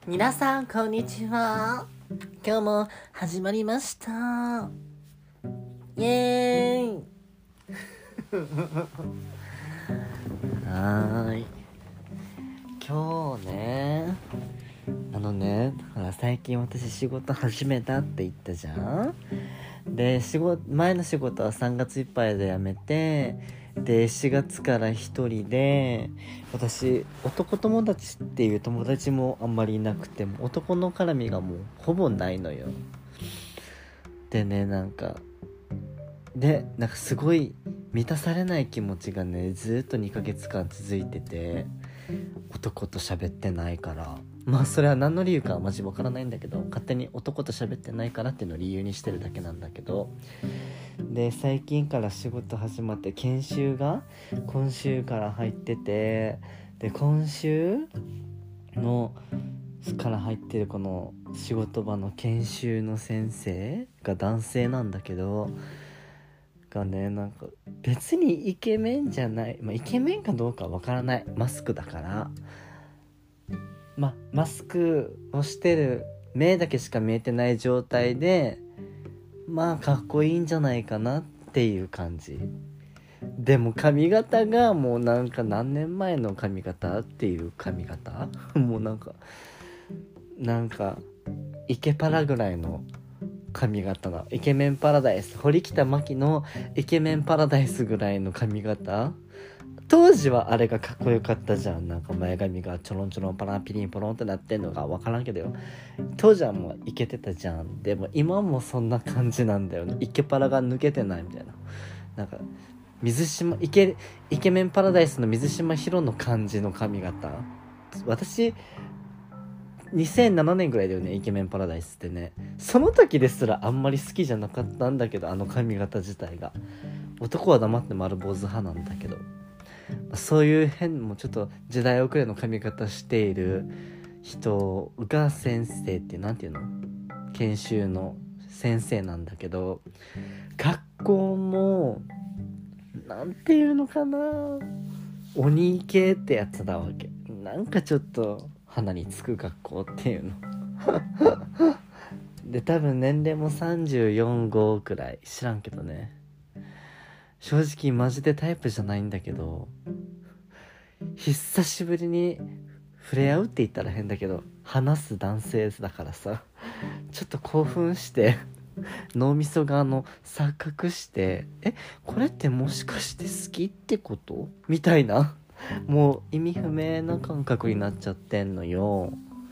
皆さんこんにちは。今日も始まりました。イエーイはーい。今日ね、ほら最近私仕事始めたって言ったじゃん。で、前の仕事は3月いっぱいで辞めて、で4月から一人で、私男友達っていう友達もあんまりいなくて、も男の絡みがもうほぼないのよ。でね、なんかすごい満たされない気持ちがね、ずっと2ヶ月間続いてて、男と喋ってないから、まあそれは何の理由かはマジわからないんだけど、勝手に男と喋ってないからっていうのを理由にしてるだけなんだけど、で最近から仕事始まって研修が今週から入ってて、で今週のから入ってるこの仕事場の研修の先生が男性なんだけどがね、なんか別にイケメンじゃない、イケメンかどうかはわからない、マスクだから、マスクをしてる目だけしか見えてない状態で、かっこいいんじゃないかなっていう感じ。でも髪型がもうなんか何年前の髪型っていう髪型もうなんかイケパラぐらいの髪型な、イケメンパラダイス、堀北真希のイケメンパラダイスぐらいの髪型。当時はあれがかっこよかったじゃん。なんか前髪がちょろんちょろんパラピリンポロンってなってんのが分からんけどよ、当時はもうイケてたじゃん。でも今もそんな感じなんだよね。イケパラが抜けてないみたいな。なんかイケメンパラダイスの水島ヒロの感じの髪型。私2007年ぐらいだよね、イケメンパラダイスってね。その時ですらあんまり好きじゃなかったんだけど、あの髪型自体が。男は黙って丸坊主派なんだけど、そういう変もちょっと時代遅れの髪型している人が先生って、なんていうの、研修の先生なんだけど、学校もなんていうのかな、鬼系ってやつだわけ。なんかちょっと鼻につく学校っていうので、多分年齢も34、5くらい、知らんけどね。正直マジでタイプじゃないんだけど、久しぶりに触れ合うって言ったら変だけど、話す男性だからさ、ちょっと興奮して脳みそが錯覚して、これってもしかして好きってことみたいな、もう意味不明な感覚になっちゃってんのよ。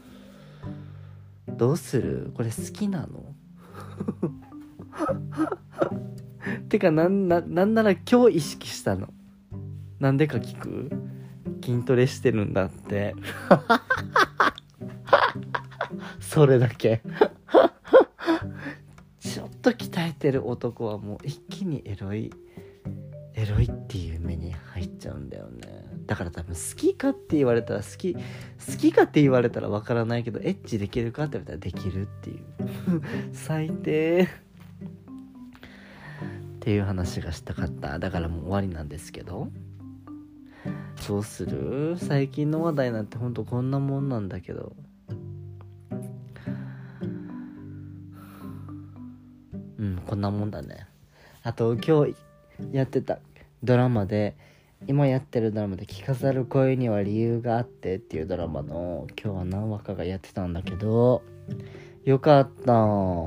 どうする？これ好きなの？てかなんなら今日意識したの。なんでか聞く？筋トレしてるんだってそれだけちょっと鍛えてる男はもう一気にエロいっていう目に入っちゃうんだよね。だから多分好きかって言われたら好きかって言われたらわからないけど、エッチできるかって言われたらできるっていう最低っていう話がしたかった。だからもう終わりなんですけど、どうする？最近の話題なんてほんとこんなもんなんだけど、こんなもんだね。あと今日やってたドラマで、今やってるドラマで着飾る恋には理由があってっていうドラマの今日は何話かがやってたんだけど、よかった。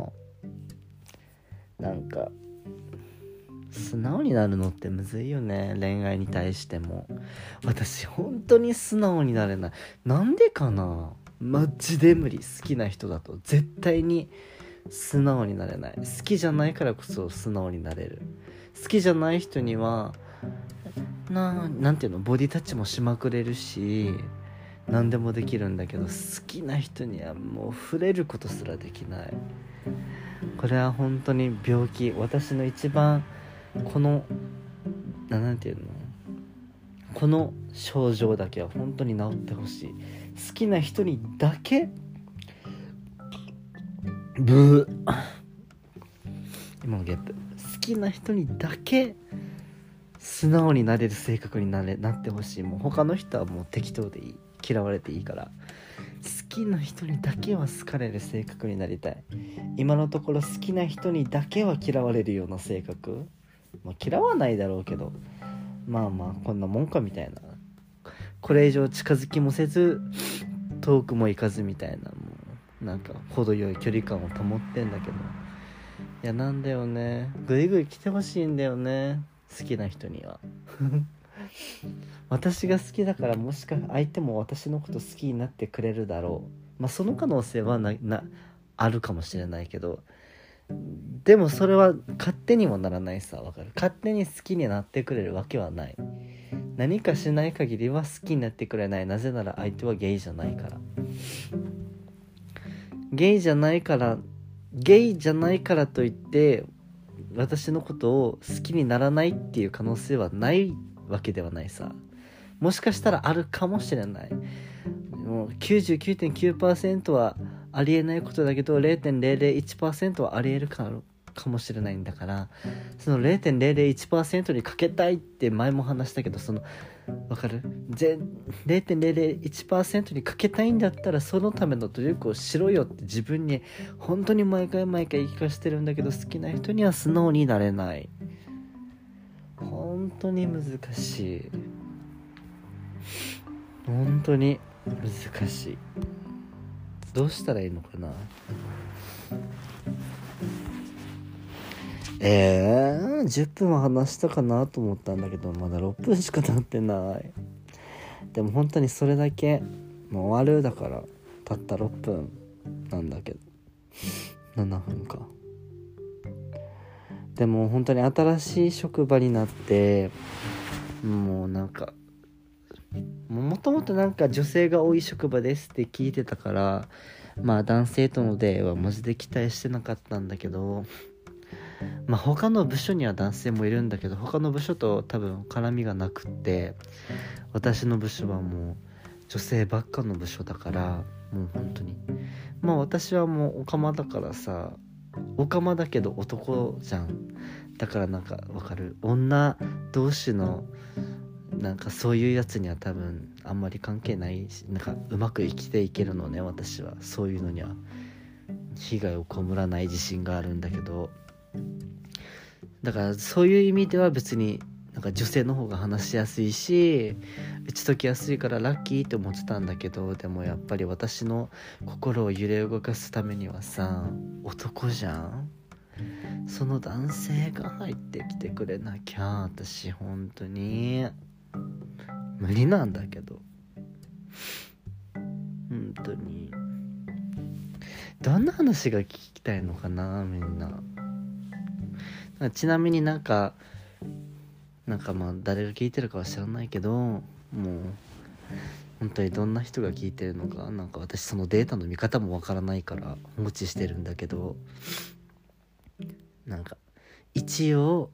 なんか素直になるのってむずいよね、恋愛に対しても。私本当に素直になれない。なんでかな、マジで無理。好きな人だと絶対に素直になれない。好きじゃないからこそ素直になれる。好きじゃない人にはなんていうの、ボディタッチもしまくれるし何でもできるんだけど、好きな人にはもう触れることすらできない。これは本当に病気。私の一番このなんていうの、この症状だけは本当に治ってほしい。好きな人にだけ今のゲップ。好きな人にだけ素直になれる性格になってほしい。もう他の人はもう適当でいい、嫌われていいから。 きな人にだけは好かれる性格になりたい。今のところ好きな人にだけは嫌われるような性格、嫌わないだろうけど、まあこんなもんかみたいな。これ以上近づきもせず遠くも行かずみたいな、もうなんか程よい距離感を保ってんだけど、いやなんだよね、ぐいぐい来てほしいんだよね、好きな人には私が好きだから、もしか相手も私のこと好きになってくれるだろう。その可能性はあるかもしれないけど、でもそれは勝手にもならないさ、わかる？勝手に好きになってくれるわけはない。何かしない限りは好きになってくれない。なぜなら相手はゲイじゃないから。ゲイじゃないからといって私のことを好きにならないっていう可能性はないわけではないさ。もしかしたらあるかもしれない。もう 99.9% はありえないことだけど 0.001% はありえるかもしれないんだから、その 0.001% にかけたいって前も話したけど、そのわかる？ 0.001% にかけたいんだったらそのための努力をしろよって自分に本当に毎回言い聞かせてるんだけど、好きな人には素直になれない。本当に難しい。本当に難しい。どうしたらいいのかな。10分は話したかなと思ったんだけど、まだ6分しか経ってない。でも本当にそれだけ、もう終わるだから、たった6分なんだけど、7分か。でも本当に新しい職場になって、もうなんかもともとなんか女性が多い職場ですって聞いてたから、男性との出会いはマジで期待してなかったんだけど、他の部署には男性もいるんだけど、他の部署と多分絡みがなくって、私の部署はもう女性ばっかの部署だから、もう本当に私はもうオカマだからさ、オカマだけど男じゃん。だからなんかわかる？女同士のなんかそういうやつには多分あんまり関係ないし、なんかうまく生きていけるのね。私はそういうのには被害を被らない自信があるんだけど、だからそういう意味では別になんか女性の方が話しやすいし打ち解きやすいからラッキーって思ってたんだけど、でもやっぱり私の心を揺れ動かすためにはさ、男じゃん。その男性が入ってきてくれなきゃ私本当に無理なんだけど、本当にどんな話が聞きたいのかな、みんな。ちなみになんか誰が聞いてるかは知らないけど、もう本当にどんな人が聞いてるのか、なんか私そのデータの見方もわからないから放置してるんだけど、なんか一応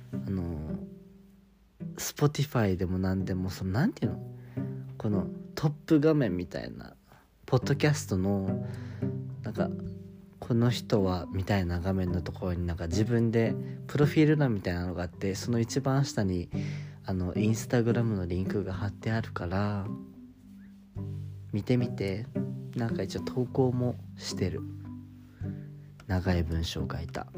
Spotify でも何でもそのなんていうの、このトップ画面みたいなポッドキャストのなんかこの人はみたいな画面のところになんか自分でプロフィール欄みたいなのがあって、その一番下にインスタグラムのリンクが貼ってあるから見てみて。なんか一応投稿もしてる。長い文章を書いた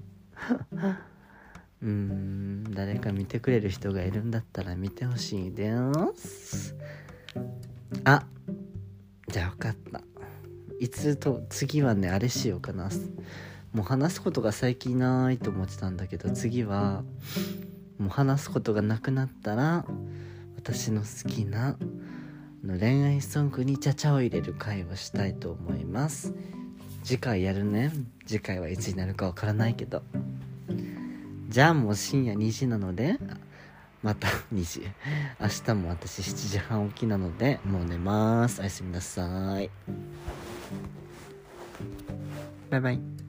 誰か見てくれる人がいるんだったら見てほしいです。あ、じゃあ分かった。次はねあれしようかな。もう話すことが最近ないと思ってたんだけど、次はもう話すことがなくなったら私の好きな恋愛ソングにチャチャを入れる回をしたいと思います。次回やるね。次回はいつになるかわからないけど、じゃあもう深夜2時なので、また2時、明日も私7時半起きなのでもう寝ます。おやすみなさい。バイバイ。